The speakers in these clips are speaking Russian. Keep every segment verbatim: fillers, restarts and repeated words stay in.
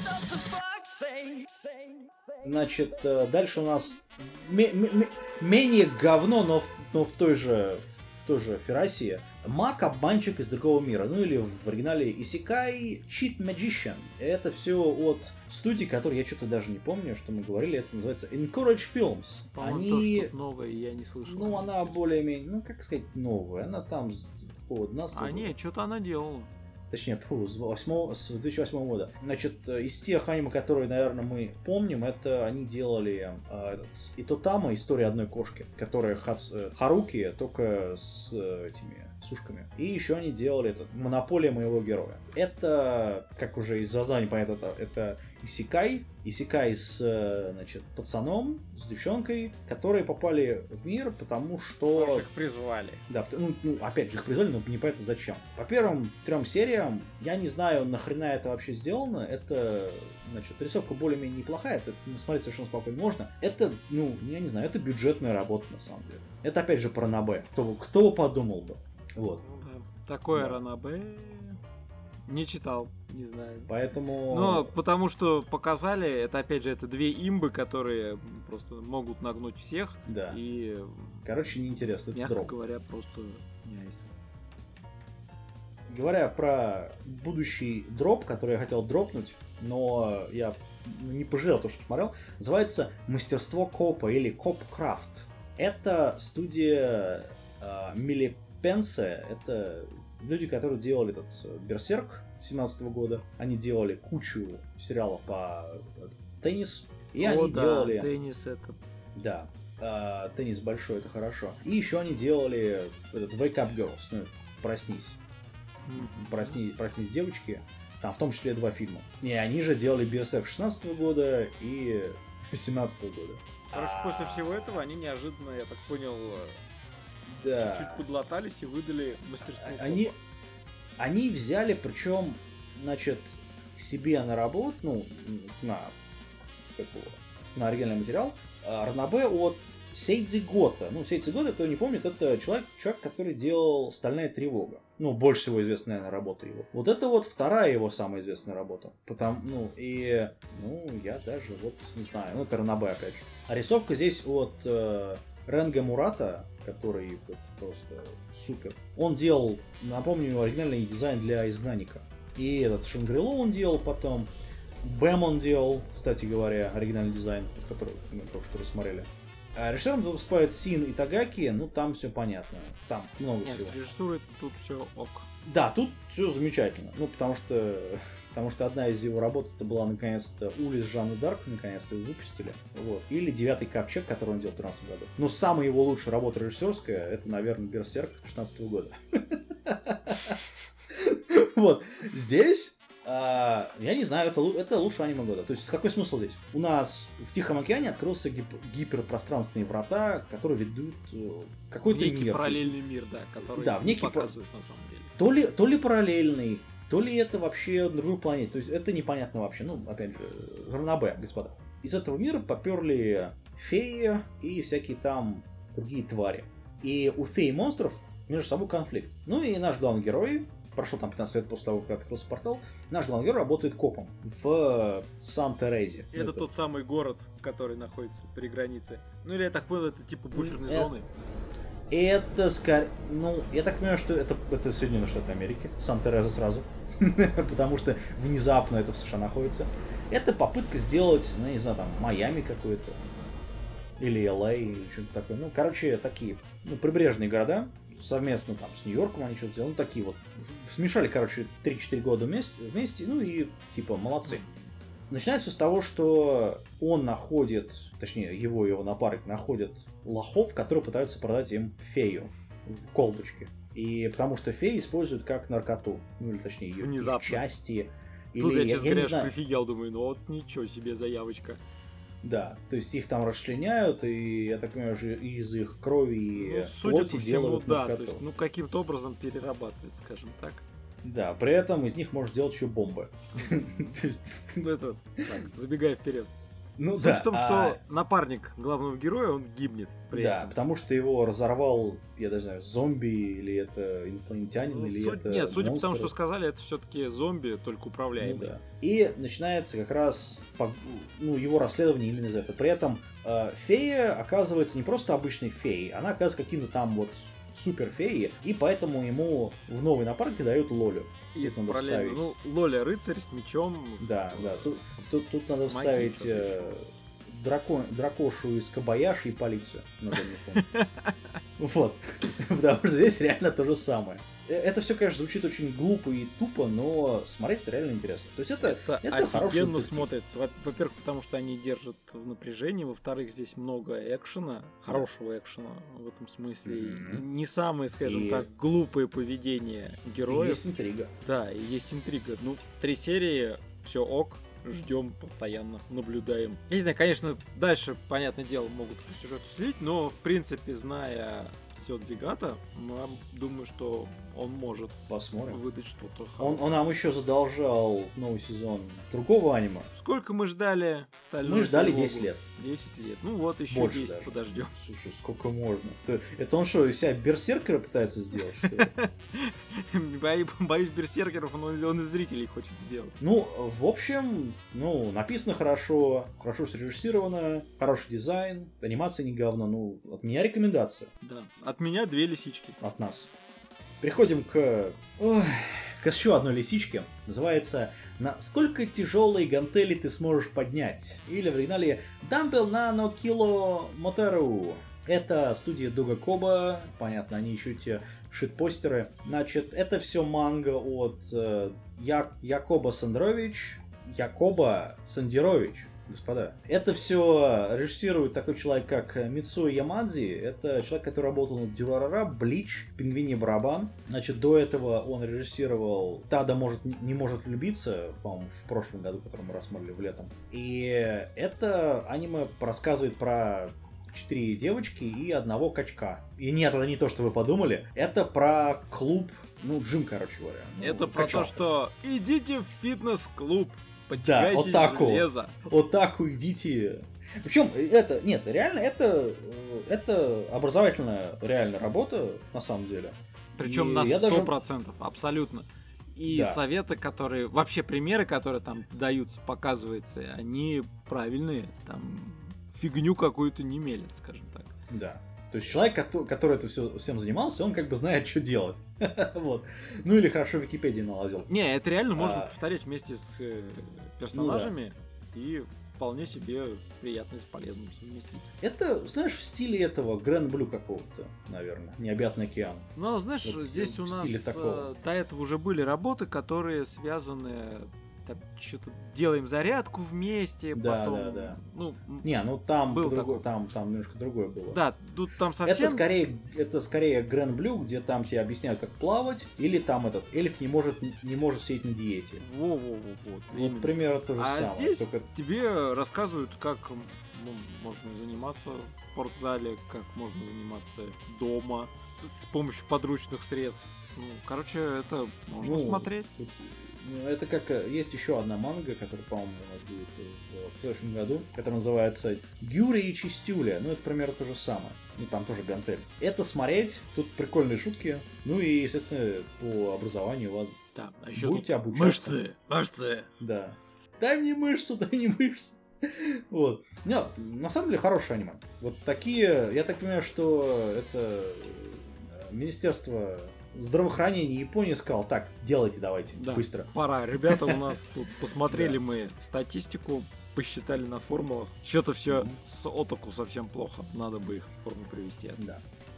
Значит, дальше у нас м- м- менее говно, но в, но в той же в той же Ферасии. Маг, обманщик из другого мира. Ну или в оригинале Исекай Cheat Magician. Это все от студии, которые я что-то даже не помню, что мы говорили. Это называется Encourage Films. По-моему, Они... тоже что-то новое, я не слышал. Ну, она более-менее, ну, как сказать, новая. Она там с какого двенадцатого А нет, что-то она делала. Точнее, фу, с, восьмого, с две тысячи восьмого года. Значит, из тех аниме, которые, наверное, мы помним, это они делали э, этот, Итотама, история одной кошки, которая Хац, э, Харуки, только с э, этими с ушками. И еще они делали этот Монополия моего героя. Это, как уже из названия понятно, это, это Исекай. Исекай с, значит, пацаном, с девчонкой, которые попали в мир, потому что... Потому что их призвали. Да, ну, ну, опять же, их призвали, но не понятно зачем. По первым трем сериям, я не знаю, нахрена это вообще сделано. Это, значит, рисовка более-менее неплохая, это смотреть совершенно спокойно можно. Это, ну, я не знаю, это бюджетная работа, на самом деле. Это, опять же, про ранобэ. Кто, кто бы подумал бы. Вот. Ну, да. Такое да. ранобэ не читал, не знаю. Поэтому... Но потому что показали, это опять же, это две имбы, которые просто могут нагнуть всех. Да. И... Короче, неинтересно. Это мягко дроп. говоря, просто няйс. Говоря про будущий дроп, который я хотел дропнуть, но я не пожалел то, что посмотрел, называется «Мастерство копа» или «Копкрафт». Это студия э, Мили Пенсе, это люди, которые делали этот Берсерк семнадцатого года. Они делали кучу сериалов по теннису. И О, они да, делали... теннис это... Да, э, теннис большой, это хорошо. И еще они делали этот Wake Up Girls, ну, проснись. Mm-hmm. Проснись, проснись, девочки. Там в том числе два фильма. И они же делали Берсерк шестнадцатого года и семнадцатого года. Короче, после всего этого они неожиданно, я так понял, да. чуть-чуть подлатались и выдали мастерство. Они, они взяли, причем, значит, себе на работу, ну, на, какого, на оригинальный материал, ранобэ от Сейдзи Гота. Ну, Сейдзи Гота, кто не помнит, это человек, человек, который делал «Стальная тревога». Ну, больше всего известная, наверное, работа его. Вот это вот вторая его самая известная работа. Потому, ну, и, ну, я даже вот не знаю, ну, это ранобэ, опять же. А рисовка здесь от э, Ренге Мурата, который вот, просто супер. Он делал, напомню, оригинальный дизайн для «Изгнанника». И этот Шангрило он делал потом. Бэм он делал, кстати говоря, оригинальный дизайн, который мы только что рассмотрели. А режиссером тут выступает Син Итагаки, ну там все понятно, там много Нет, всего. с режиссурой тут все ок. Да, тут все замечательно, ну потому что, потому что одна из его работ это была наконец-то Улис Жанны Дарк, наконец-то его выпустили, вот. Или Девятый Ковчег, который он делал в тринадцатом году. Но самая его лучшая работа режиссерская, это, наверное, Берсерк шестнадцатого года. Вот, здесь... Uh, я не знаю, это, это лучше аниме года. То есть, какой смысл здесь? У нас в Тихом океане открылся гип- гиперпространственные врата, которые ведут uh, какой-то некий мир. параллельный мир, да, который да, в некий показывают на самом деле. То ли, то ли параллельный, то ли это вообще другой планет. То есть, это непонятно вообще. Ну, опять же, ранобэ, господа. Из этого мира поперли феи и всякие там другие твари. И у фей и монстров между собой конфликт. Ну и наш главный герой... Прошло там пятнадцать лет после того, как открылся портал. Наш главный герой работает копом в Сан-Терезе. Это, это тот самый город, который находится при границе. Ну или я так понял, это типа буферной это... зоны. Это скорее... Ну, я так понимаю, что это, это Соединенные Штаты Америки. Сан-Тереза сразу. Потому что внезапно это в США находится. Это попытка сделать, ну, не знаю, там, Майами какой-то. Или Эл Эй, или что-то такое. Ну, короче, такие, ну, прибрежные города. Совместно там с Нью-Йорком они что-то сделали. Ну, такие вот. Смешали, короче, три-четыре года вместе, вместе. Ну и, типа, молодцы. Начинается с того, что он находит, точнее, его и его напарник находят лохов, которые пытаются продать им фею в колбочке. И потому что феи используют как наркоту. Ну, или точнее, ее внезапно части. Тут или, я, честно я, я говоря, прифигел, думаю, ну вот ничего себе заявочка. Да, то есть их там расчленяют, и, я так понимаю, из их крови и ну, судя плоти по всему, делают да, наркоту. то есть, ну, каким-то образом перерабатывают, скажем так. Да, при этом из них можно делать еще бомбы. Ну, это, так, забегая вперед. Ну Суть да. в том, а- что напарник главного героя, он гибнет при Да, этом. потому что его разорвал, я даже знаю, зомби, или это инопланетянин, Ну, или суть- это Нет, судя по тому, монстр. что сказали, это все-таки зомби, только Ну управляемый. да. И начинается как раз по- ну, его расследование именно за это. При этом э, фея оказывается не просто обычной феей, она оказывается каким-то там вот супер феей, и поэтому ему в новой напарнике дают Лолю. И Тут надо параллельно, вставить. ну, Лоля рыцарь с мечом. С, Да, да. Тут, с- тут, тут надо с магией, вставить что-то э, еще. дракон, дракошу из Кобаяши и полицию на задний фон. Вот. Потому что здесь реально то же самое. Э, Это все, конечно, звучит очень глупо и тупо, но смотреть это реально интересно. То есть это, Это, это хороший офигенно детектив. смотрится. Во- Во-первых, потому что они держат в напряжении. Во-вторых, здесь много экшена, хорошего экшена в этом смысле. И Мгм. Не самые, скажем И- так, глупые поведения И героев. есть интрига. Да, и есть интрига. Ну, три серии, все ок. Ждем постоянно, наблюдаем. Я не знаю, конечно, дальше, понятное дело, могут по сюжету слить, но, в принципе, зная Сёдзигата, я думаю, что он может Посмотрим. выдать что-то Он, хорошее. он нам еще задолжал новый сезон другого аниме. Сколько мы ждали стальную Мы ждали тревогу? десять лет. десять лет. Ну вот, еще Больше десять даже. подождем. Слушай, сколько можно? Это, это он что, из себя берсеркера пытается сделать, что ли? Боюсь, боюсь берсеркеров, он, он из зрителей хочет сделать. Ну, в общем, ну, написано хорошо, хорошо срежиссировано, хороший дизайн, анимация не говно. Ну, от меня рекомендация. Да. От меня две лисички. От нас. Переходим к... ой, к еще одной лисичке. Называется «Насколько тяжелые гантели ты сможешь поднять?» Или в оригинале «Дамбел нано кило мотеру». Это студия Дога Коба. Понятно, они еще те шитпостеры. Значит, это все манга от э, Я- Якоба Сандрович. Якоба Сандирович. Господа, это все режиссирует такой человек, как Мицуо Ямадзи. Это человек, который работал над Дюрарара, Блич, Пингвиний барабан. Значит, до этого он режиссировал Тада может, не может влюбиться, по-моему, в прошлом году, который мы рассматривали в летом. И это аниме рассказывает про четыре девочки и одного качка. И нет, это не то, что вы подумали. Это про клуб, ну, джим, короче говоря. Ну, Это про качалка. то, что идите в фитнес-клуб, Да, подтягайте вот так вот. железо. Вот так идите. Причем это, нет, реально, это, э, это образовательная реальная работа, на самом деле. Причем И на я сто даже- процентов, абсолютно. И Да. советы, которые, вообще примеры, которые там даются, показываются, они правильные. Там фигню какую-то не мелят, скажем так. Да. То есть человек, кото- который это все, всем занимался, он как бы знает, что делать. Вот. Ну или хорошо Википедии наладил. Не, это реально можно А. повторять вместе с э, персонажами и вполне себе приятно и с полезным совместить. Это, знаешь, в стиле этого Гранд Блю какого-то, наверное. Необъятный океан. Но, знаешь, Вот здесь в у нас стиле такого. э, до этого уже были работы, которые связаны, там, что-то делаем зарядку вместе, Да, потом, да, да. ну, м, Не, ну там, Был другой- такой. там, там немножко другое было. да, тут там совсем... Это скорее, это скорее Гранд Блю, где там тебе объясняют, как плавать, или там этот эльф не может, не может сидеть на диете. Во-во-во, вот, Вот именно. примерно то же А самое. здесь только- тебе рассказывают, как ну, можно заниматься в спортзале, как можно заниматься дома с помощью подручных средств. Ну, короче, это можно Ну, смотреть. тут, ну, это как э, есть еще одна манга, которая, по-моему, у нас будет в, в следующем году, которая называется Гюри и Чистюля. Ну, это примерно то же самое. Ну, там тоже гантель. Это смотреть, тут прикольные шутки. Ну и, естественно, по образованию у вас, Да, а еще будете тут обучаться. мышцы, мышцы. да. Дай мне мышцу, дай мне мышцу. Вот. Нет, на самом деле хорошее аниме. Вот такие, я так понимаю, что это э, Министерство здравоохранения Японии сказал, так, делайте давайте, Да. быстро. Пора, ребята, у нас тут посмотрели мы статистику, посчитали на формулах. Что-то все Мгм. с отоку совсем плохо. Надо бы их в форму привести. Да.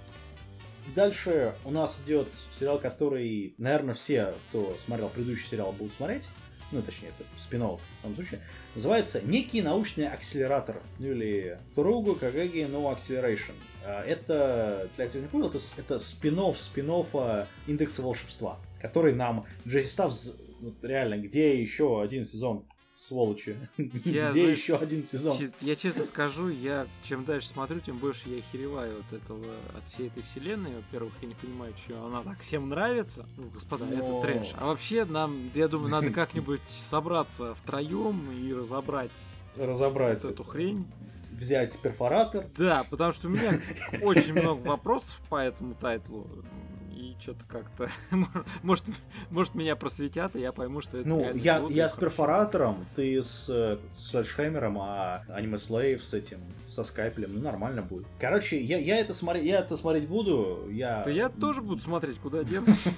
Дальше у нас идет сериал, который, наверное, все, кто смотрел предыдущий сериал, будут смотреть. Ну, точнее, это спин-офф в том случае. Называется «Некий научный акселератор». Ну, или «Торугу Кагэги No Acceleration». А, Это, для тех, кто не понял, это, с- это спин-офф спин-оффа «Индекса волшебства», который нам Джесси Ставс, вот реально, где еще один сезон, сволочи? Я, Где знаешь, еще один сезон? Че- Я честно скажу, я чем дальше смотрю, тем больше я охереваю от этого, от всей этой вселенной. Во-первых, я не понимаю, что она так всем нравится. Ну, господа, Но- это трэш. А вообще нам, я думаю, надо как-нибудь собраться втроем и разобрать разобрать вот эту хрень. Взять перфоратор. Да, потому что у меня очень много вопросов по этому тайтлу. И что-то как-то... Может, может меня просветят, и я пойму, что это Ну, я, я с хорошо. перфоратором, ты с, с Шельшхаймером, а Anime Slave с этим, со Скайпелем, ну, нормально будет. Короче, я, я, это, смотри, я это смотреть буду. Я... Да я тоже буду смотреть, куда денусь.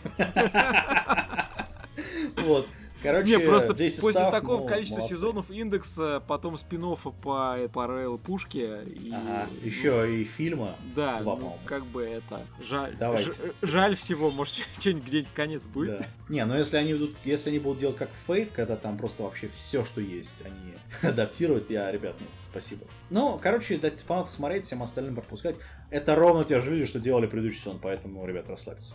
Вот. Короче, Не, просто Джейси после Стафф, такого ну, количества молодцы. сезонов индекса, потом спин-оффа по, по Рейл Пушке. И, Ага, ну, еще и фильма. Да, два, ну, по-моему. как бы это... Жаль, Давайте. ж- жаль всего, может, что-нибудь где-нибудь конец будет. Да. Не, ну если они будут, если они будут делать как Фейт, когда там просто вообще все, что есть, они адаптируют, я, ребят, нет, спасибо. Ну, короче, дать фанатов смотреть, всем остальным пропускать. Это ровно те же люди, что делали предыдущий сезон, поэтому, ребят, расслабьтесь.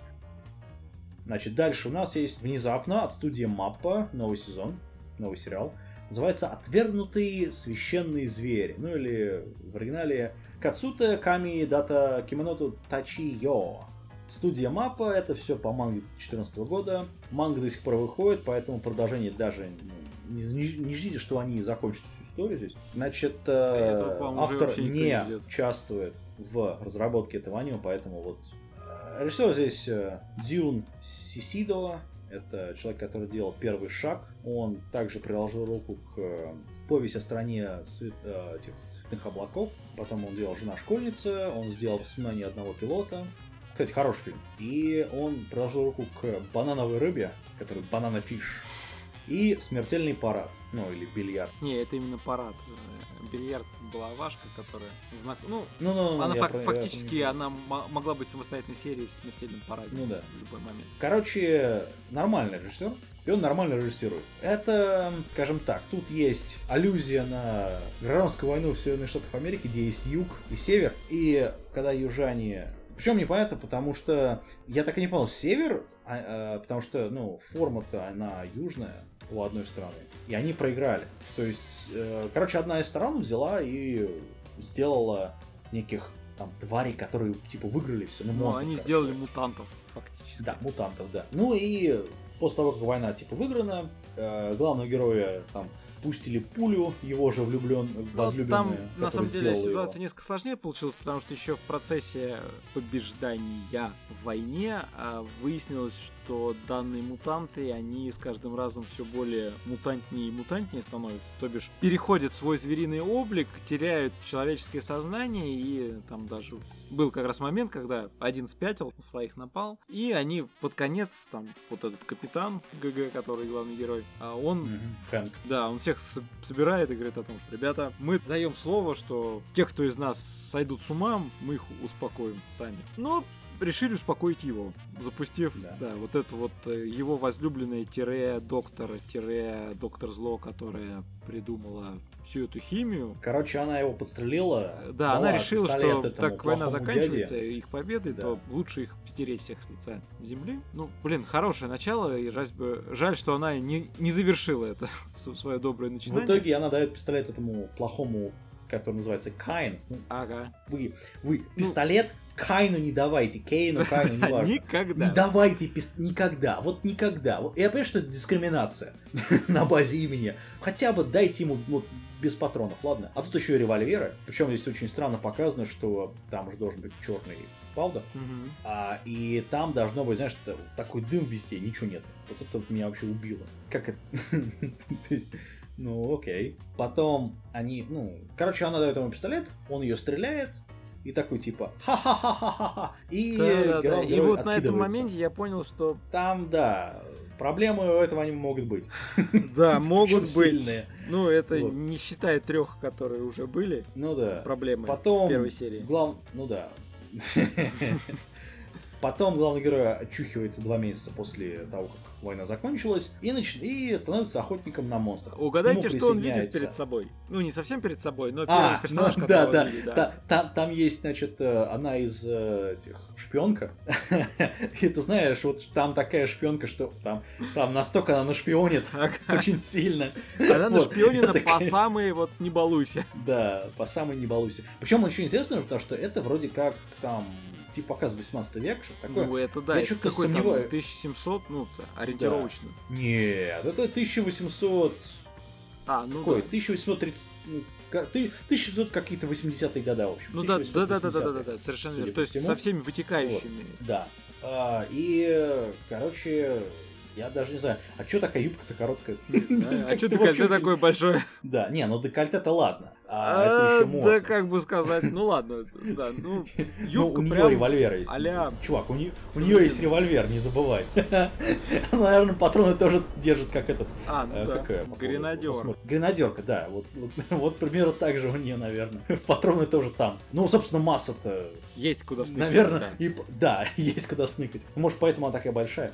Значит, дальше у нас есть внезапно от студии Маппа новый сезон, новый сериал. Называется «Отвергнутые священные звери». Ну или в оригинале «Кацута Ками Дата Кимоноту Тачиё». Студия Маппа, это все по манге две тысячи четырнадцатого года. Манга до сих пор выходит, поэтому продолжение даже ну, не, не, не ждите, что они закончат всю историю здесь. Значит, Этого, по-моему, уже автор вообще никто не не ждет. участвует в разработке этого аниме, поэтому вот режиссер здесь э, Дзюн Сисидо. Это человек, который делал «Первый шаг». Он также приложил руку к э, повести о стране цвет, э, этих цветных облаков. Потом он делал «Жена-школьница». Он сделал «Воспоминания одного пилота». Кстати, хороший фильм. И он приложил руку к «Банановой рыбе», который «Банана Фиш». И «Смертельный парад». Ну, или «Бильярд». Не, это именно парад. Бильярд была Вашка, которая знак... Ну, Ну, ну, ну, она я фак- про- я фактически про- она м- могла быть самостоятельной серией в «Смертельном параде». Ну да. В любой момент. Короче, нормальный режиссер, и он нормально режиссирует. Это, скажем так, тут есть аллюзия на гражданскую войну в Соединенных Штатах Америки, где есть юг и север, и когда южане... Причем непонятно, потому что я так и не понял, север, а, а, потому что, ну, форма-то она южная у одной страны, и они проиграли. То есть, э, короче, одна из сторон взяла и сделала неких там тварей, которые типа выиграли все. Ну, Ну, монстров, они короче. сделали мутантов, фактически. Да, мутантов, да. Ну и после того, как война типа выиграна, э, главного героя там пустили пулю, его же влюблен, Ну, возлюбленная, там, на самом которая деле, сделала ситуация его. несколько сложнее получилась, потому что еще в процессе побеждания в войне а, выяснилось, что данные мутанты, они с каждым разом все более мутантнее и мутантнее становятся. То бишь, переходят в свой звериный облик, теряют человеческое сознание, и там даже был как раз момент, когда один спятил, на своих напал, и они под конец, там, вот этот капитан ГГ, который главный герой, а он Мгм, Хэнк. да, он всех с- собирает и говорит о том, что, ребята, мы даем слово, что тех, кто из нас сойдут с ума, мы их успокоим сами. Но решили успокоить его, запустив, Да. да, вот эту вот э, его возлюбленная тире доктор, тире доктор зло, которая придумала всю эту химию. Короче, она его подстрелила. Э, Да, дала она решила, пистолет что этому так война плохому заканчивается дяде. их победой, Да. то лучше их стереть всех с лица земли. Ну, блин, хорошее начало, и разве бы- жаль, что она не, не завершила это свое доброе В начинание. итоге она дает пистолет этому плохому, который называется Кайн. Ну, Ага. Вы, вы пистолет Кайну не давайте, Кейну, Кайну, не важно. Никогда. Не давайте пист... никогда, вот никогда. Вот, я понимаю, что это дискриминация на базе имени. Хотя бы дайте ему вот, без патронов, ладно? А тут еще и револьверы. Причем здесь очень странно показано, что там же должен быть черный паудер. Мгм. А, и там должно быть, знаешь, что такой дым везде, ничего нет. Вот это вот меня вообще убило. Как это? То есть, ну окей. Потом они, ну, короче, она дает ему пистолет, он ее стреляет, и такой типа ха-ха-ха-ха-ха. И Да-да-да. герой- И герой вот на этом откидывается. моменте я понял, что Там, да, проблемы у этого аниме могут быть. да, могут Причем быть. сильные. Ну, это Вот. не считая трех, которые уже были Ну да. проблемы Потом в первой серии. глав... Ну да. Потом главный герой очухивается два месяца после того, как война закончилась, и, нач... и становится охотником на монстров. Угадайте, Ему что он видит присоединяется- перед собой. Ну, не совсем перед собой, но А, первый персонаж, ну, которого да, да, он видит, да. Та- Там, там есть, значит, э, одна из э, этих шпионка. И ты знаешь, вот там такая шпионка, что там, там настолько она нашпионит очень сильно. Она Вот. нашпионена Такая- по самые вот не балуйся. Да, по самой не балуйся. Причем очень интересно, потому что это вроде как там, типа показ восемнадцатый век, что такое. Ну, это да, Я это чё-то какой там сомневаюсь. тысяча семьсот, ну, ориентировочно. Нет, это тысяча восемьсот А, ну Какой? да. тысяча восемьсот тридцать... Ну, ка- ты- тысяча восемьсот какие-то восьмидесятые года, в общем. Ну да, да, да, да, да, да, да, тысяча восемьсот да, совершенно судя верно. по То есть всему. со всеми вытекающими. Вот, да. А, и, короче, я даже не знаю, а чё такая юбка-то короткая? Не То есть знаю. А как что это декольте вообще- такое большое? Да, не, ну декольте-то ладно. А, это А, еще Да, можно. как бы сказать, ну ладно, да, ну, Ну, юбка у нее прям револьвер есть. а-ля Чувак, у нее, у современный. нее есть револьвер, не забывай. Она, наверное, патроны тоже держит, как этот. А, ну э, да, какая, по поводу- гренадер. посмотрим. Гренадерка, да. Вот, вот, вот примерно так же у нее, наверное. Патроны тоже там. Ну, собственно, масса-то, Есть куда сныкать, наверное, да. и, п- да, есть куда сныкать. Может, поэтому она такая большая.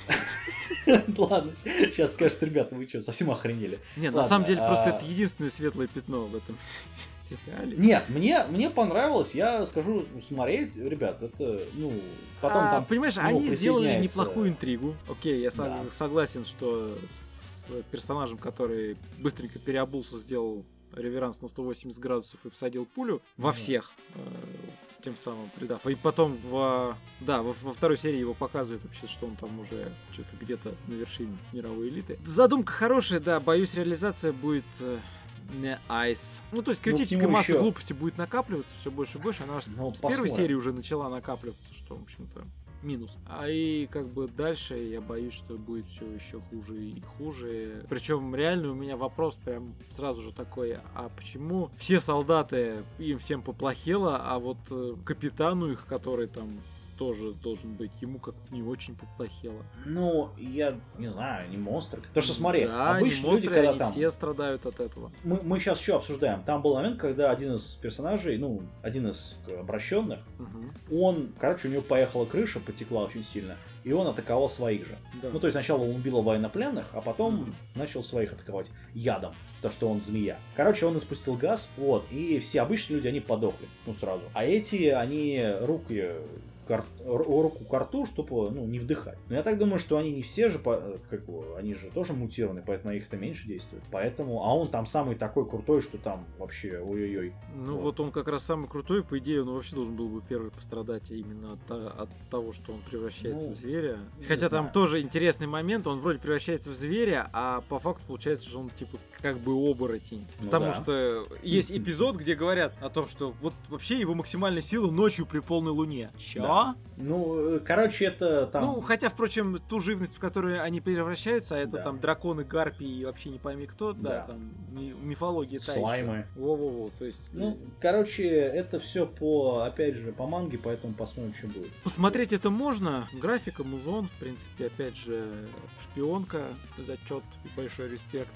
Ладно, сейчас скажут, ребята, вы что, совсем охренели? Не, на Ладно, самом деле, просто а- это единственное светлое пятно в этом сериале. Нет, мне, мне понравилось, я скажу, смотреть, ребят, это, ну, потом А, там... понимаешь, ну, они сделали присоединяется- неплохую интригу. Окей, я сог- Да. согласен, что с персонажем, который быстренько переобулся, сделал реверанс на сто восемьдесят градусов и всадил пулю во Да. всех, э, тем самым придав. И потом в, да, во, во второй серии его показывают вообще, что он там уже что-то где-то на вершине мировой элиты. Задумка хорошая, да, боюсь, реализация будет э, не айс. Ну, то есть Ну, к критическая нему масса еще- глупости будет накапливаться все больше и больше. Она с, Ну, с первой посмотрим. серии уже начала накапливаться, что, в общем-то, минус. А и как бы дальше я боюсь, что будет все еще хуже и хуже. Причем реально у меня вопрос прям сразу же такой: а почему все солдаты, им всем поплохело, а вот э, капитану их, который там тоже должен быть, ему как-то не очень поплохело. Ну, я не знаю, не монстр. Потому что смотри, Да, они обычно монстры, люди, когда они там... все страдают от этого. Мы, мы сейчас что обсуждаем? Там был момент, когда один из персонажей, ну, один из к- обращенных, Мгм. он, короче, у него поехала крыша, потекла очень сильно, и он атаковал своих же. Да. Ну, то есть сначала он убил военнопленных, а потом Мгм. начал своих атаковать ядом, то что он змея. Короче, он испустил газ, вот, и все обычные люди, они подохли, ну, сразу. А эти, они руки... кар- ру- руку к рту, чтобы, ну, не вдыхать. Но я так думаю, что они не все же, по- как его, они же тоже мутированы, поэтому на их это меньше действует. Поэтому, а он там самый такой крутой, что там вообще ой-ой-ой. Ну Вот. вот он как раз самый крутой, по идее, он вообще должен был бы первый пострадать, а именно от, та- от того, что он превращается Ну, в зверя. не Хотя там знаю. тоже интересный момент, он вроде превращается в зверя, а по факту получается, что он типа как бы оборотень. Ну Потому да. что есть эпизод, где говорят о том, что вот вообще его максимальная сила ночью при полной луне. Чё? Да. Ну, э, короче, это там... Ну, хотя, впрочем, ту живность, в которую они превращаются, а это Да. там драконы, гарпии и вообще не пойми кто, да, Да. там ми- мифология та Слаймы. ещё. Во-во-во, то есть... Ну, э, короче, это все по, опять же, по манге, поэтому посмотрим, что будет. Посмотреть это можно. Графика, музон, в принципе, опять же, шпионка, зачет и большой респект.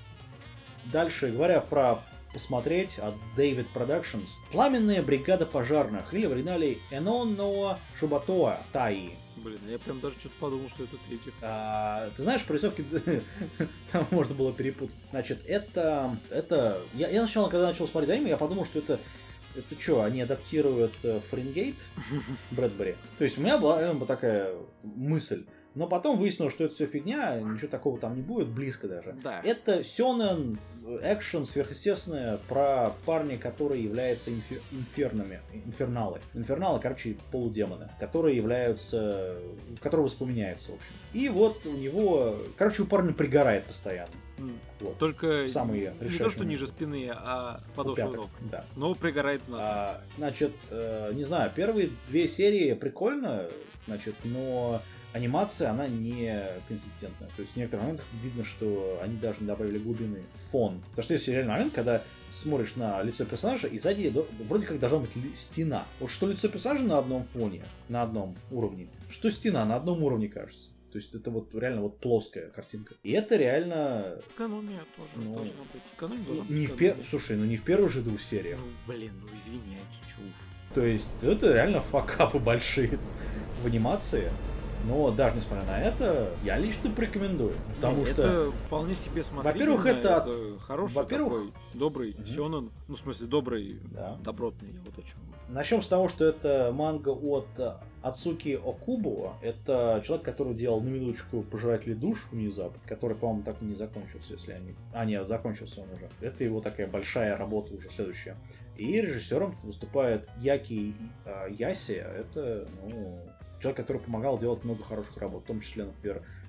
Дальше, говоря про посмотреть от David Productions, «Пламенная бригада пожарных» или в оригинале «Эноно Шубатоа Таи». Блин, я прям даже что-то подумал, что это третий. А, ты знаешь, по рисовке там можно было перепутать. Значит, это... это... Я, я сначала, когда начал смотреть аниме, я подумал, что это... Это что, они адаптируют э, Фаренгейт Брэдбери? То есть у меня была реально такая мысль. Но потом выяснилось, что это все фигня, ничего такого там не будет, близко даже. Да. Это сёнэн, экшен сверхъестественное про парня, который является инфер- инфернами, инферналы. Инферналы, короче, полудемоны, которые являются, которые воспламеняются, в общем. И вот у него, короче, у парня пригорает постоянно. М. Вот. Только Самые не решающие то, что моменты. ниже спины, а У подошва пяток, ног. да. Но пригорает знатно. А, значит, э, не знаю, первые две серии прикольно, значит, но анимация, она не консистентная. То есть в некоторых моментах видно, что они даже не добавили глубины в фон. Потому что есть реальный момент, когда смотришь на лицо персонажа, и сзади до- вроде как должна быть ли- стена. Вот что лицо персонажа на одном фоне, на одном уровне, что стена на одном уровне кажется. То есть это вот реально вот плоская картинка. И это реально... Экономия тоже Ну, должна быть. Экономия должна быть. Не в пер... экономия. Слушай, ну не в первых же двух сериях. Ну, блин, ну извиняйте, чушь. То есть это реально факапы большие в анимации. Но даже несмотря на это, я лично порекомендую. Потому Не, что, это вполне себе смотрибельно. Во-первых, это- хороший во-первых, такой добрый Мгм. сёнэн. Ну, в смысле, добрый, Да. добротный, я вот о чем. начнем с того, что это манга от э, Ацуки Окубо. Это человек, который делал на минуточку «Пожиратели душ» внезапно, который, по-моему, так и не закончился, если они... А, нет, закончился он уже. Это его такая большая работа уже следующая. И режиссером выступает Яки э, Яси. Это, ну... человек, который помогал делать много хороших работ, в том числе, например,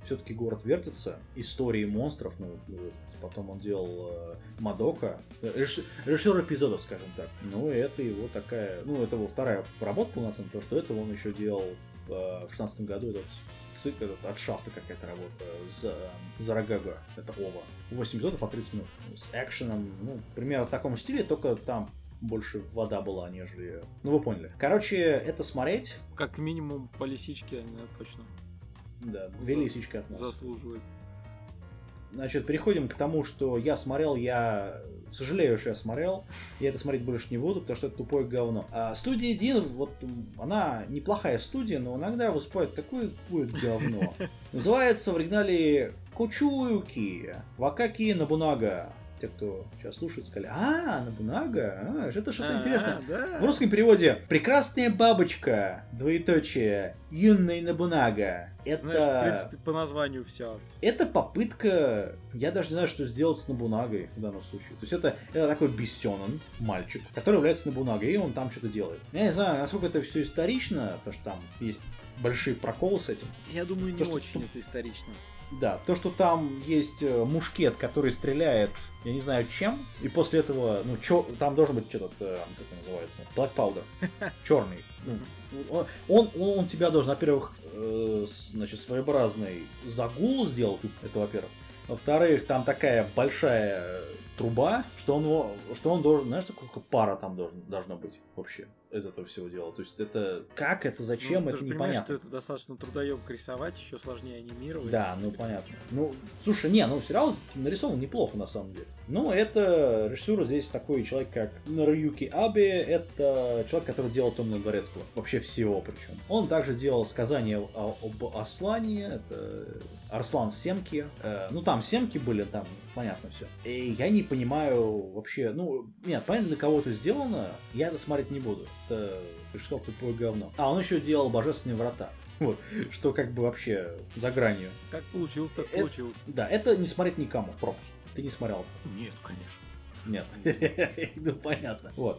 все-таки город вертится, истории монстров, ну, вот, потом он делал э, Мадока, режиссер эпизодов, скажем так. Ну, и это его такая, ну, это его вторая работа полноценная, потому что это он еще делал э, в шестнадцатом году этот цикл, этот, от Шафта какая-то работа, за, за Рагага, это Ова. восемь эпизодов по тридцать минут, с экшеном, ну, примерно в таком стиле, только там больше вода была, нежели... Ну, вы поняли. Короче, это смотреть... Как минимум по лисичке, они, точно. Да, две За... лисички от нас. Заслуживают. Значит, переходим к тому, что я смотрел, я сожалею, что я смотрел, я это смотреть больше не буду, потому что это тупое говно. А студия Дин, вот она неплохая студия, но иногда выступает такое тупое говно. Называется в оригинале Кочуюки Вакаки Набунага. Те, кто сейчас слушает, сказали: а, Набунага, а, это что-то интересное. Да. В русском переводе «Прекрасная бабочка», двоеточие, юный Набунага. Это... Знаешь, в принципе, по названию все. Это попытка, я даже не знаю, что сделать с Набунагой в данном случае. То есть это, это такой бессёнэн мальчик, который является Набунагой, и он там что-то делает. Я не знаю, насколько это все исторично, потому что там есть большие проколы с этим. Я думаю, не То, что... очень это исторично. Да, то, что там есть мушкет, который стреляет, я не знаю чем, и после этого, ну, чё, там должен быть что-то, как он называется, Black Powder, черный. Он, он, он тебя должен, во-первых, э, значит, своеобразный загул сделать, это во-первых. Во-вторых, там такая большая труба, что он, что он должен, знаешь, сколько пара там должен, должно быть вообще из этого всего дела. То есть это как, это зачем, ну, это ты же непонятно. понимаешь, что это достаточно трудоемко рисовать, еще сложнее анимировать. Да, ну понятно. Ну, слушай, не, ну сериал нарисован неплохо на самом деле. Но это режиссер здесь такой человек, как Наруюки Абе, это человек, который делал Темного дворецкого. Вообще всего причем. Он также делал сказание об Аслане, это Арслан Семки. Ну там Семки были, там понятно все. И я не понимаю вообще, ну, нет, понятно, для кого это сделано, я это смотреть не буду. Это, как сказал, тупое говно. А он еще делал Божественные врата. Вот, что как бы вообще за гранью. Как получилось, так это, получилось. Да, это не смотреть никому, пропуск. Ты не смотрел? Нет, конечно. Нет. Ну, понятно. Вот.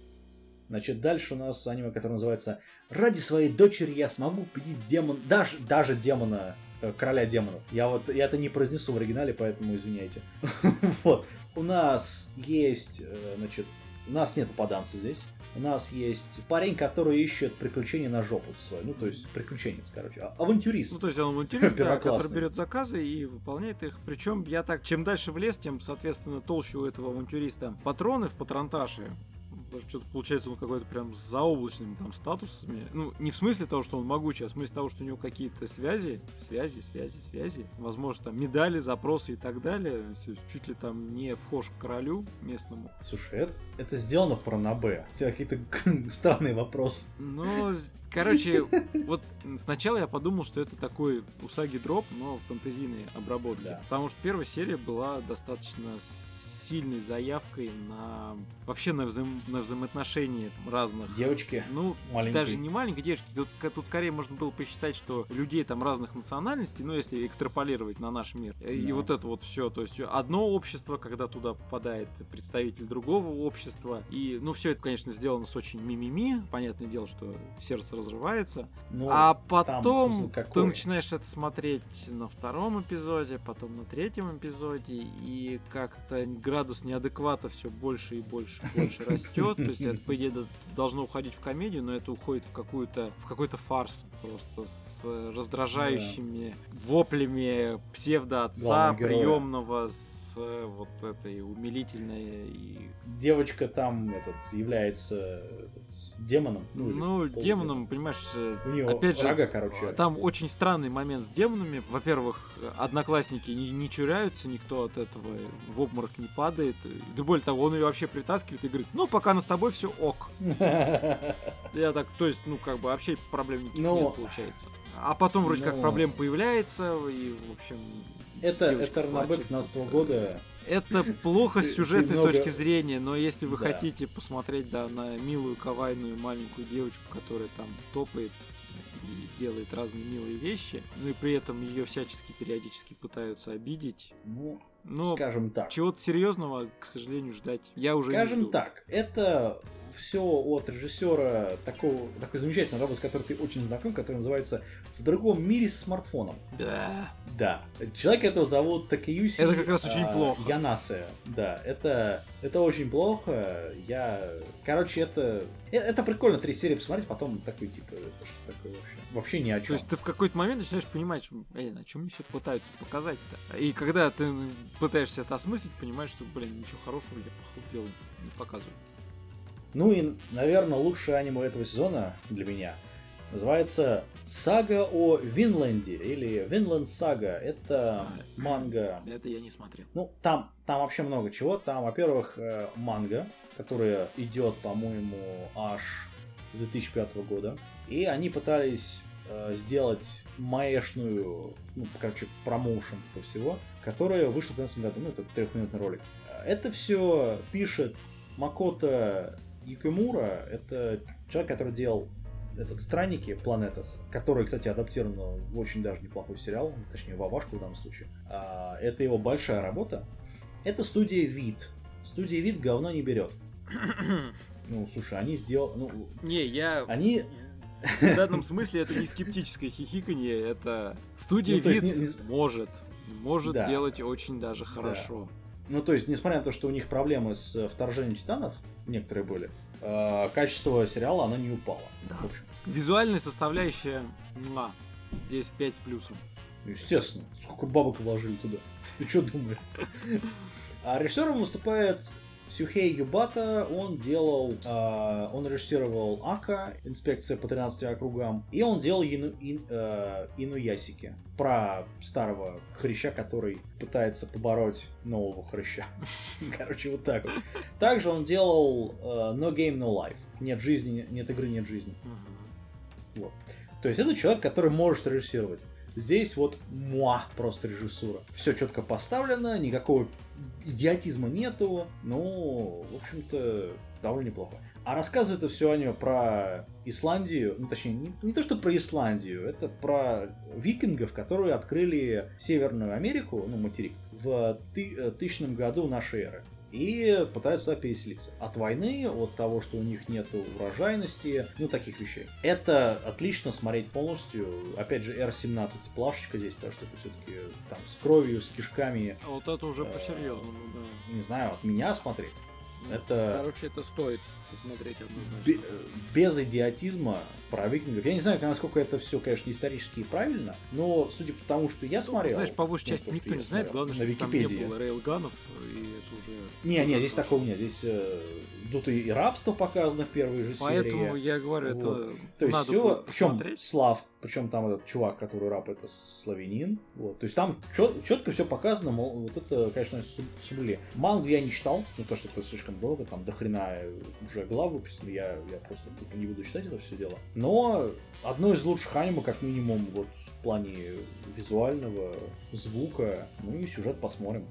Значит, дальше у нас аниме, которое называется «Ради своей дочери я смогу победить демон, даже, даже демона, э, короля демонов». Я вот я это не произнесу в оригинале, поэтому извиняйте. Вот. У нас есть, э, значит, у нас нет попаданца здесь. У нас есть парень, который ищет приключения на жопу свою. Ну, то есть, приключенец, короче. Авантюрист. Ну, то есть, он авантюрист, да, который берет заказы и выполняет их. Причем, я так, чем дальше в лес, тем, соответственно, толще у этого авантюриста патроны в патронташе. Что-то получается, он какой-то прям с заоблачными там статусами. Ну, не в смысле того, что он могучий, а в смысле того, что у него какие-то связи, связи, связи, связи. Возможно, там медали, запросы и так далее. Чуть ли там не вхож к королю местному. Слушай, это, это сделано про Набе. У тебя какие-то странные вопросы. Ну, короче, вот сначала я подумал, что это такой Усаги дроп, но в фэнтезийной обработке. Да. Потому что первая серия была достаточно сильной заявкой на вообще на, взаим... на взаимоотношения разных девочки, ну маленькие. Даже не маленькие девочки, тут, тут скорее можно было посчитать, что людей там разных национальностей, ну если экстраполировать на наш мир, no. И вот это вот все, то есть одно общество, когда туда попадает представитель другого общества, и ну все это, конечно, сделано с очень мимими, понятное дело, что сердце разрывается, ну, а потом там, ты начинаешь это смотреть на втором эпизоде, потом на третьем эпизоде, и как-то градус неадеквата все больше и больше и больше растет. То есть это, по идее, должно уходить в комедию, но это уходит в какую-то в какой-то фарс просто с раздражающими да. воплями псевдо-отца приемного с вот этой умилительной и... Девочка там этот, является этот, демоном. Ну, ну демоном, понимаешь, у нее опять же, рога, короче. Там очень странный момент с демонами. Во-первых, одноклассники не, не чуряются, никто от этого в обморок не падает. Да более того, он ее вообще притаскивает и говорит: ну, пока она с тобой, все ок. Я так, то есть, ну, как бы вообще проблем никаких но... нет, получается. А потом вроде но... как проблем появляется, и, в общем... Это, это Ранобэ пятнадцатого года. Это плохо с сюжетной много... точки зрения, но если вы да. хотите посмотреть, да, на милую, кавайную маленькую девочку, которая там топает и делает разные милые вещи, ну и при этом ее всячески периодически пытаются обидеть. Ну, но скажем так. Чего-то серьезного, к сожалению, ждать я уже скажем не жду. так, это все от режиссера такого, такой замечательной работы, с которой ты очень знаком, который называется «В другом мире с смартфоном». Да. Да. Человека этого зовут Такеюси Это как раз очень а, плохо. Янасе. Да, это, это очень плохо. Я... Короче, это... Это прикольно, три серии посмотреть, потом такой, типа, это что такое вообще? Вообще ни о чем. То есть ты в какой-то момент начинаешь понимать, что, блин, о чем мне все это пытаются показать-то? И когда ты пытаешься это осмыслить, понимаешь, что, блин, ничего хорошего я, походу, дела не показываю. Ну и, наверное, лучшее аниме этого сезона для меня называется «Сага о Винленде» или «Винленд Сага». Это манга. Это я не смотрел. Ну, там, там вообще много чего. Там, во-первых, манга, которая идет, по-моему, аж с две тысячи пятого года. И они пытались э, сделать маэшную, ну, короче, промоушен этого всего, которая вышла в двадцатом году. Ну, это трехминутный ролик. Это все пишет Макото Юкимура. Это человек, который делал этот «Странники» Planetas, который, кстати, адаптирован в очень даже неплохой сериал, точнее, в Авашку в данном случае. А, это его большая работа. Это студия Вид. Студия Вид говно не берет. Ну, слушай, они сделали... Ну, не, я... Они... В данном смысле это не скептическое хихиканье, это студия ну, Вид не, не... может, может да. делать очень даже хорошо. Да. Ну, то есть, несмотря на то, что у них проблемы с вторжением титанов, некоторые были, э, качество сериала, оно не упало. Да. В общем. Визуальная составляющая, муа, здесь пять с плюсом. Естественно, сколько бабок вложили туда. Ты что думаешь? А режиссером выступает Сюхей Юбата. Он делал, э, он режиссировал Ака, инспекция по тринадцати округам, и он делал Ину, ин, э, Инуясики, про старого хряща, который пытается побороть нового хряща. Короче, вот так вот. Также он делал э, No Game No Life. Нет жизни, нет игры, нет жизни. Вот. То есть это человек, который может режиссировать. Здесь вот муа, просто режиссура. Все четко поставлено, никакого идиотизма нету. Ну, в общем-то, довольно неплохо. А рассказывает это все аниме про Исландию, ну точнее, не, не то что про Исландию, это про викингов, которые открыли Северную Америку, ну материк, в ты, тысячном году нашей эры. И пытаются туда переселиться. От войны, от того, что у них нет урожайности, ну, таких вещей. Это отлично смотреть полностью. Опять же, эр семнадцать плашечка здесь, потому что это все-таки там с кровью, с кишками. А вот это уже по-серьезному, да. Не знаю, от меня смотреть. Ну, это... Короче, это стоит посмотреть однозначно. Бе- без идиотизма про викингов. Я не знаю, насколько это все, конечно, исторически и правильно, но судя по тому, что я смотрел... Знаешь, по большей ну, части то, никто не я знает, смотрел, главное, на что там не Википедии. было рейлганов, и это уже... Не, уже не, здесь хорошо. такого нет. Здесь э, тут и рабство показано в первой же Поэтому серии. я говорю, Вот. это То есть надо все, будет причем посмотреть. Слав, причем там этот чувак, который раб, это славянин. Вот. То есть там четко все показано, мол, вот это, конечно, субле. Мангу я не читал, ну то, что это слишком долго, там до хрена уже глав выпустили, я, я просто не буду читать это все дело. Но одно из лучших аниме, как минимум, вот в плане визуального, звука, ну и сюжет посмотрим.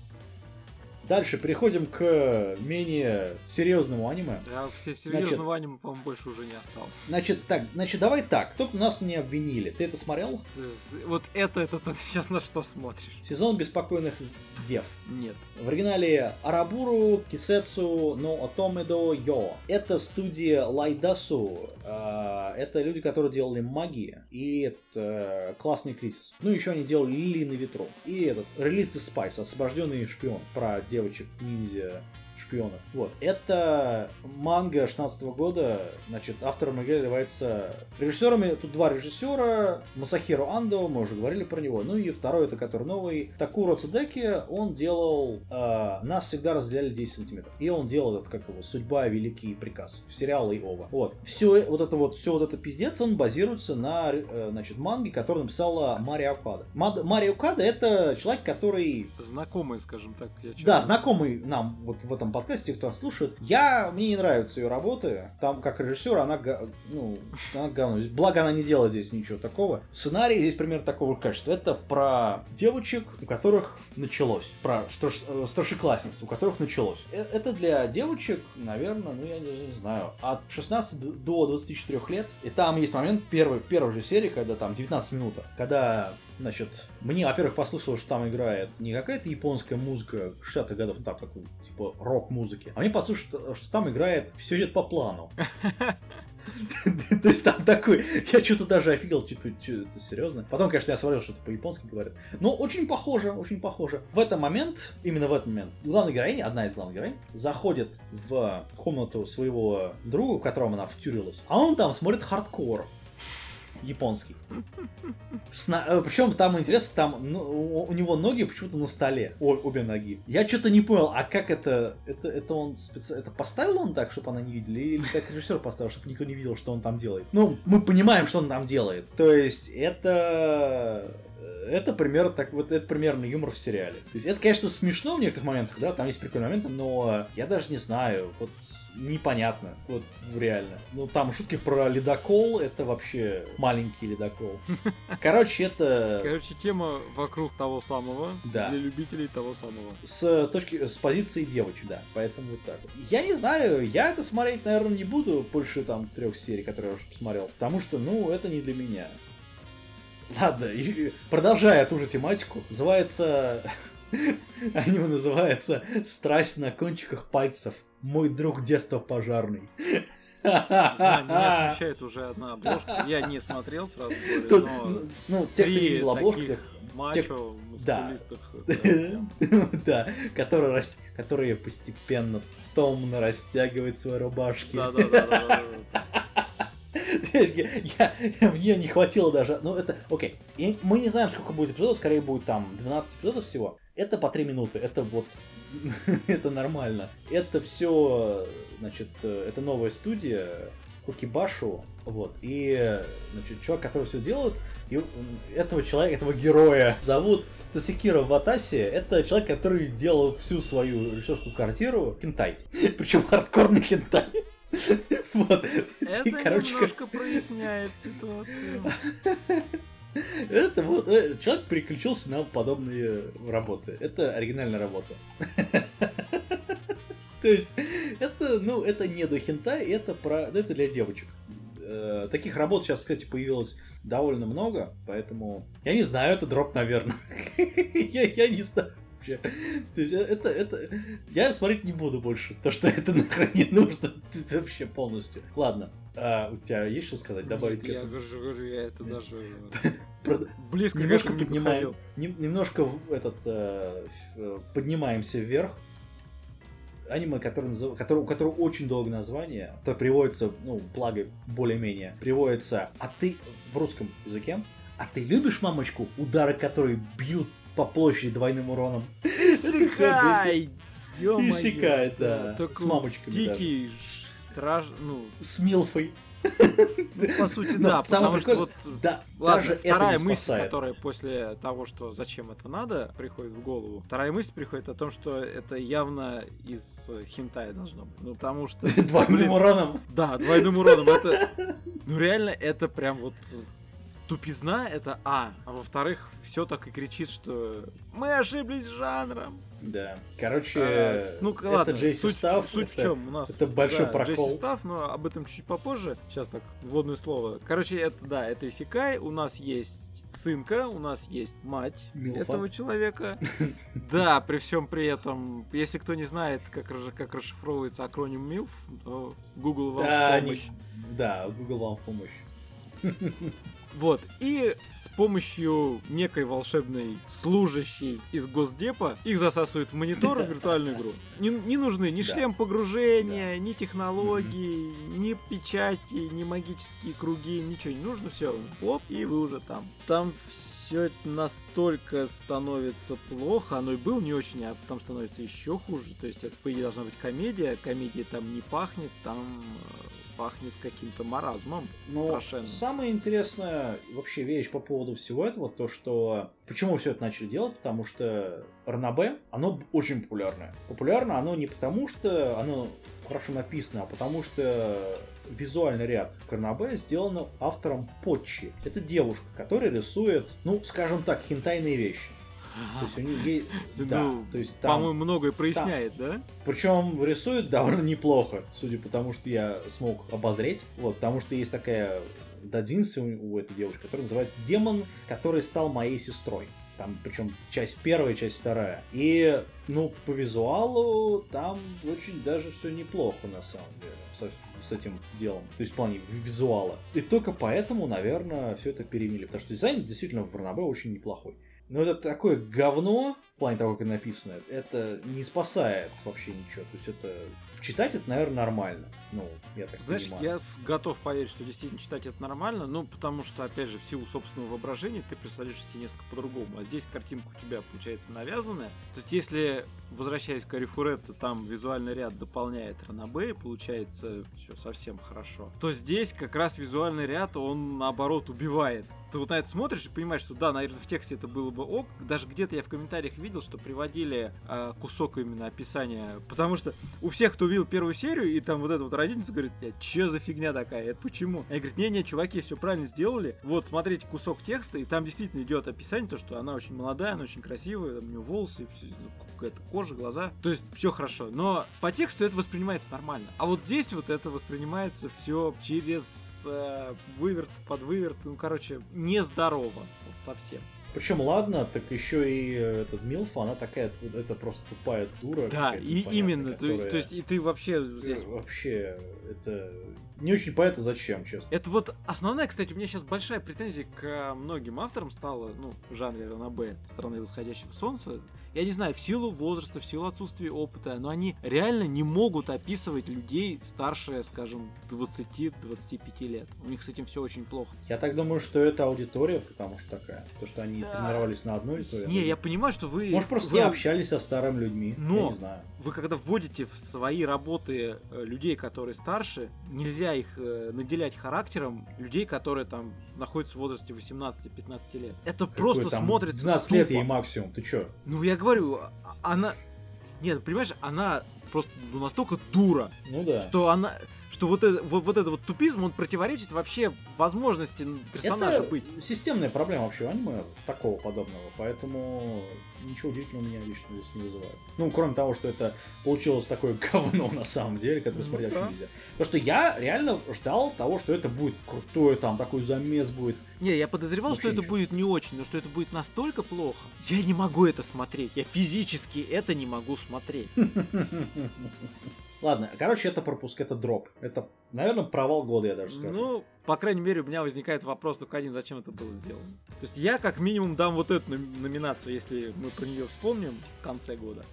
Дальше переходим к менее серьезному аниме. А все серьезного аниме, по-моему, больше уже не осталось. Значит, так, значит, давай так, чтобы нас не обвинили. Ты это смотрел? Вот это, это ты сейчас на что смотришь? Сезон беспокойных дев. Нет. В оригинале Арабуру Кисетсу но Отомедо Йо. Это студия Лайдасу. Э, это люди, которые делали магии и этот э, классный кризис. Ну, еще они делали Лилии на ветру. И этот Release the Spice, освобожденный шпион. Про девочек-ниндзя шпионов. Вот. Это манга шестнадцатого года. Значит, автором является режиссерами. Тут два режиссера. Масахиро Андо, мы уже говорили про него. Ну и второй, это который новый. Такуро Цудеки. Он делал э, «Нас всегда разделяли десять сантиметров». И он делал этот, как его, «Судьба, великий приказ». В сериале Ова. Вот. Все вот это вот, все вот это пиздец, он базируется на, э, значит, манге, которую написала Марио Окада. Мад- Марио Окада — это человек, который... Знакомый, скажем так. Я Да, знакомый нам вот в этом подкасте, кто нас слушает. Я, мне не нравятся ее работы. Там, как режиссер, она, ну, она говно. Благо, она не делает здесь ничего такого. Сценарий здесь примерно такого качества. Это про девочек, у которых началось. Про старш... старшеклассниц, у которых началось. Это для девочек, наверное, ну, я не, не знаю, от шестнадцати до двадцати четырёх лет. И там есть момент первый, в первой же серии, когда там девятнадцать минут, когда Значит, мне, во-первых, послышалось, что там играет не какая-то японская музыка шестидесятых годов, ну так, как, типа рок-музыки, а мне послышалось, что там играет «Все идет по плану». То есть там такой, я что-то даже офигел, типа, это серьезно? Потом, конечно, я смотрел, что это по-японски говорят. Но очень похоже, очень похоже. В этот момент, именно в этот момент, главная героиня, одна из главных героинь, заходит в комнату своего друга, в котором она втюрилась, а он там смотрит хардкор японский. Сна... Причем там интересно, там ну, у него ноги почему-то на столе, О, обе ноги. Я что-то не понял, а как это, это, это он специ... это поставил он так, чтобы она не видела, или так режиссер поставил, чтобы никто не видел, что он там делает? Ну, мы понимаем, что он там делает. То есть это это пример, так вот это примерно юмор в сериале. То есть это, конечно, смешно в некоторых моментах, да, там есть прикольные моменты, но я даже не знаю, вот непонятно, вот реально. Ну там шутки про ледокол, это вообще маленький ледокол. Короче, это... Короче, тема вокруг того самого, да. Для любителей того самого. С точки, с позиции девочек, да, поэтому вот так вот. Я не знаю, я это смотреть, наверное, не буду больше там трех серий, которые я уже посмотрел, потому что, ну, это не для меня. Ладно, и продолжая ту же тематику, называется... Аниме называется «Страсть на кончиках пальцев. Мой друг детства пожарный». Знаю, меня смущает уже одна обложка. Я не смотрел, сразу говорю, Тут, но... Ну, те, кто не видел обложки... Мачо, мускулистых... Да, которые постепенно томно растягивают свои рубашки. Да-да-да. Я, я, мне не хватило даже... Ну, это... Окей. И мы не знаем, сколько будет эпизодов. Скорее будет там двенадцать эпизодов всего. Это по три минуты. Это вот... это нормально. Это все... Значит, это новая студия Кокибашу. Вот. И, значит, чувак, который все делает... И этого человека, этого героя зовут Тосикиро Ватаси. Это человек, который делал всю свою режиссерскую квартиру хентай. Причем хардкорный хентай. Вот. Это и, короче, немножко проясняет ситуацию. Это вот человек переключился на подобные работы. Это оригинальная работа. То есть это, ну, это не до хентай, это про, это для девочек. Таких работ сейчас, кстати, появилось довольно много, поэтому я не знаю, это дроп, наверное. я, я не знаю. То есть это, это... Я смотреть не буду больше, потому что это нахрен не нужно вообще полностью. Ладно, а у тебя есть что сказать, добавить Нет, к я этому? говорю, говорю, я это даже Про... близко немножко к этому не поднимаем, подходил. нем, немножко в этот э, поднимаемся вверх. Аниме, который назыв... который, у которого очень долгое название, то приводится, ну, благо более-менее, приводится «А ты...» в русском языке. «А ты любишь, мамочку, удары, которые бьют по площади двойным уроном?» Исекай! Ё-моё! Исекай, да. Такой С мамочками. дикий, страж... ну... С Милфой. Ну, по сути, Но да, потому что вот... Да, Ладно, даже вторая это не мысль, спасает. которая после того, что зачем это надо, приходит в голову. Вторая мысль приходит о том, что это явно из хентая должно быть. Ну, потому что... Двойным блин, уроном. Да, двойным уроном. Это... Ну, реально, это прям вот... Тупизна — это А. А во-вторых, все так и кричит, что мы ошиблись жанром. Да. Короче, А, с- ну это ладно, Джейси суть, Стафф, суть это- в чем? У нас это большой да, прокол. Джейси Стафф, но об этом чуть попозже. Сейчас так, вводное слово. Короче, это да, это Исекай. У нас есть сынка, у нас есть мать Милфа. этого человека. Да, при всем при этом, если кто не знает, как, ра- как расшифровывается акроним милф, то Google вам Да, в они- помощь. Да, Google вам в помощь. Вот, и с помощью некой волшебной служащей из Госдепа их засасывают в монитор в виртуальную игру. Не, не нужны ни Да. шлем погружения, ни технологии, ни печати, ни магические круги, ничего не нужно, все, оп, и вы уже там. Там все настолько становится плохо, оно и было не очень, а потом становится еще хуже. То есть это, по идее, должна быть комедия, комедия там не пахнет, там э, пахнет каким-то маразмом Но страшенным. самая интересная вообще вещь по поводу всего этого, то что... Почему все это начали делать? Потому что ранобэ, оно очень популярное. Популярно оно не потому, что оно хорошо написано, а потому что визуальный ряд к ранобэ сделан автором Поччи. Это девушка, которая рисует, ну, скажем так, хентайные вещи. То есть у них есть... Ну, Да, то есть там... По-моему, многое проясняет, да? Причем рисует довольно неплохо, судя по тому, что я смог обозреть. Вот, потому что есть такая додзинса у, у этой девушки, которая называется «Демон, который стал моей сестрой». Там, причем часть первая, часть вторая. И, ну, по визуалу там очень даже все неплохо, на самом деле, с, с этим делом. То есть в плане визуала. И только поэтому, наверное, все это переняли. Потому что дизайн действительно в Ранобэ очень неплохой. Но это такое говно, в плане того, как это написано, это не спасает вообще ничего. То есть это... Читать это, наверное, нормально. Ну, я так Знаешь, понимаю. я с- готов поверить, что действительно читать это нормально, ну, потому что, опять же, в силу собственного воображения ты представляешь себе несколько по-другому. А здесь картинка у тебя, получается, навязанная. То есть, если, возвращаясь к Арифуретто, там визуальный ряд дополняет Ранобэ, получается все совсем хорошо, то здесь как раз визуальный ряд, он, наоборот, убивает. Ты вот на это смотришь и понимаешь, что да, наверное, в тексте это было бы ок. Даже где-то я в комментариях видел, что приводили э, кусок именно описания, потому что у всех, кто увидел первую серию, и там вот эта вот родительница говорит: че за фигня такая, это почему? Я говорю: не-не, чуваки, все правильно сделали. Вот, смотрите кусок текста, и там действительно идет описание, то, что она очень молодая, она очень красивая, там у нее волосы, все, ну, какая-то кожа, глаза. То есть все хорошо. Но по тексту это воспринимается нормально. А вот здесь вот это воспринимается все через э, выверт, под выверт, ну, короче, нездорово. Вот совсем. Причем, ладно, так еще и этот Милфа, она такая, это просто тупая дура. Да, и именно, которая... то, то есть и ты вообще здесь... Вообще, это не очень понятно зачем, честно. Это вот основная, кстати, у меня сейчас большая претензия к многим авторам стала, ну, в жанре Ранобэ, «Страны восходящего солнца». Я не знаю, в силу возраста, в силу отсутствия опыта, но они реально не могут описывать людей старше, скажем, двадцати-двадцати пяти лет. У них с этим все очень плохо. Я так думаю, что это аудитория, потому что такая. То, что они тренировались на одной аудитории. Не, я понимаю, что вы... Может, просто вы... не общались со старыми людьми. Но я не знаю. Вы когда вводите в свои работы людей, которые старше, нельзя их наделять характером людей, которые там находятся в возрасте восемнадцати-пятнадцати лет. Это Какой просто там смотрится двенадцать тупо. лет ей максимум, ты чё? Ну, я говорю, она... Нет, понимаешь, она просто ну, настолько дура, Ну да. что она... Что вот, это, вот, вот этот вот тупизм, он противоречит вообще возможности персонажа это быть. Системная проблема вообще аниме такого подобного, поэтому ничего удивительного меня лично здесь не вызывает. Ну, кроме того, что это получилось такое говно на самом деле, которое Ну смотреть да. вообще нельзя. Потому что я реально ждал того, что это будет крутое, там такой замес будет. Не, я подозревал, Вообще что это ничего. будет не очень, но что это будет настолько плохо. Я не могу это смотреть. Я физически это не могу смотреть. Ладно, короче, это пропуск, это дроп. Это, наверное, провал года, я даже скажу. Ну, по крайней мере, у меня возникает вопрос только один, зачем это было сделано. То есть я как минимум дам вот эту номи- номинацию, если мы про нее вспомним в конце года.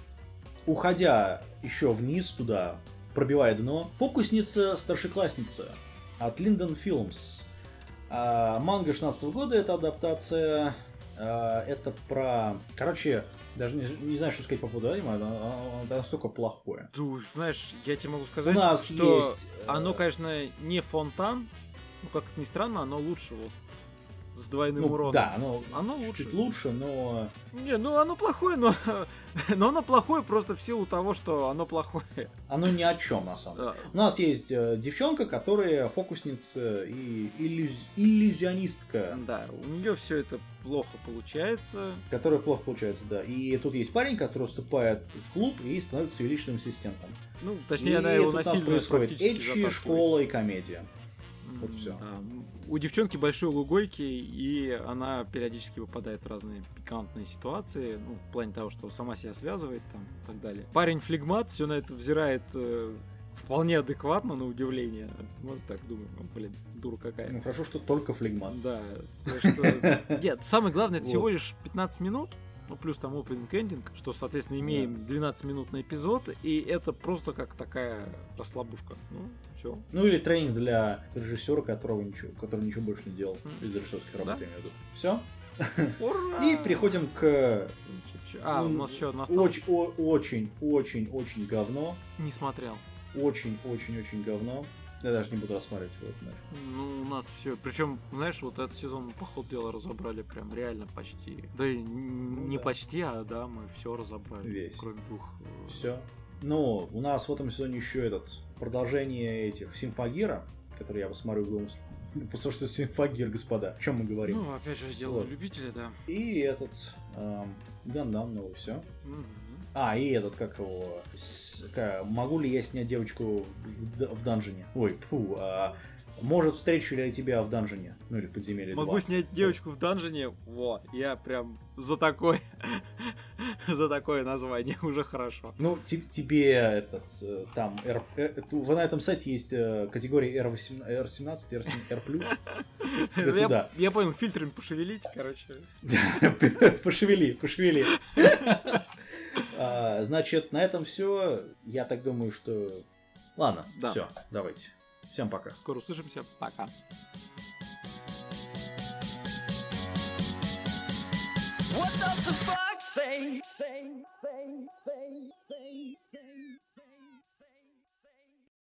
Уходя еще вниз туда, пробивая дно, «Фокусница-старшеклассница» от Linden Films. А, манга шестнадцатого года, это адаптация. А, это про... Короче, даже не, не знаю, что сказать по поводу аниме, оно, оно настолько плохое. Ты знаешь, я тебе могу сказать, У нас что есть, э, оно, конечно, не фонтан, но как это ни странно, оно лучше вот с двойным Ну, уроном. да, оно, Оно чуть-чуть лучше. лучше, но... Не, ну оно плохое, но, но оно плохое просто в силу того, что оно плохое. Оно ни о чем, на самом деле. Да. У нас есть э, девчонка, которая фокусница и иллюз- иллюзионистка, Да, у нее все это плохо получается. которая плохо получается, да. И тут есть парень, который вступает в клуб и становится ее личным ассистентом. Ну, И точнее, она его тут у нас насильно происходит практически эдчи, затаскивает. школа и комедия. Вот М, всё. да. У девчонки большой лугойки, и она периодически попадает в разные пикантные ситуации, ну, в плане того, что сама себя связывает там и так далее. Парень флегмат, все на это взирает э, вполне адекватно, на удивление. Вот так думаю, ну, блин, дура какая. Ну, хорошо, что только флегман. Да, так что... Нет, самое главное, это Вот. всего лишь пятнадцать минут, ну, плюс там опенинг-эндинг, что, соответственно, имеем двенадцатиминутный эпизод, и это просто как такая расслабушка. Ну, все. Ну или тренинг для режиссера, которого ничего, который ничего больше не делал М. из режиссерской работы, Да? я имею в виду. Все. Ура! И переходим к А, у м, нас еще одна осталась. очень, о- очень, очень, очень говно. Не смотрел. Очень, очень, очень говно. Я даже не буду рассматривать его. знаешь. Ну, у нас все. Причем, знаешь, вот этот сезон мы, по ходу дела, разобрали прям реально почти. Да и н- не да. почти, а да, мы все разобрали. Весь. Кроме двух. э, Все. Ну, у нас в этом сезоне еще этот продолжение этих Симфагира, который я посмотрю в Потому что Симфагир, господа, о чем мы говорим. Ну, опять же, дело Вот. любителя, да. И этот Эм, Гандам, ну все. Мгм. А, и этот, как его... с- ка- могу ли я снять девочку в, д- в данжене? Ой, фу. а, может, встречу ли я тебя в данжене? Ну, или в подземелье Могу два. снять девочку в данжене. Во, я прям за такой, за такое название уже хорошо. Ну, те- тебе этот, э, там, R, э, это- на этом сайте есть э, категории эр восемнадцать, эр семнадцать, эр плюс. Тебе Я, туда. я понял, фильтрами пошевелить, короче. Пошевели, пошевели. А, Значит, на этом все. Я так думаю, что... Ладно, Да. все, давайте. Всем пока. Скоро услышимся. Пока. What does the fox say? Say, say, say.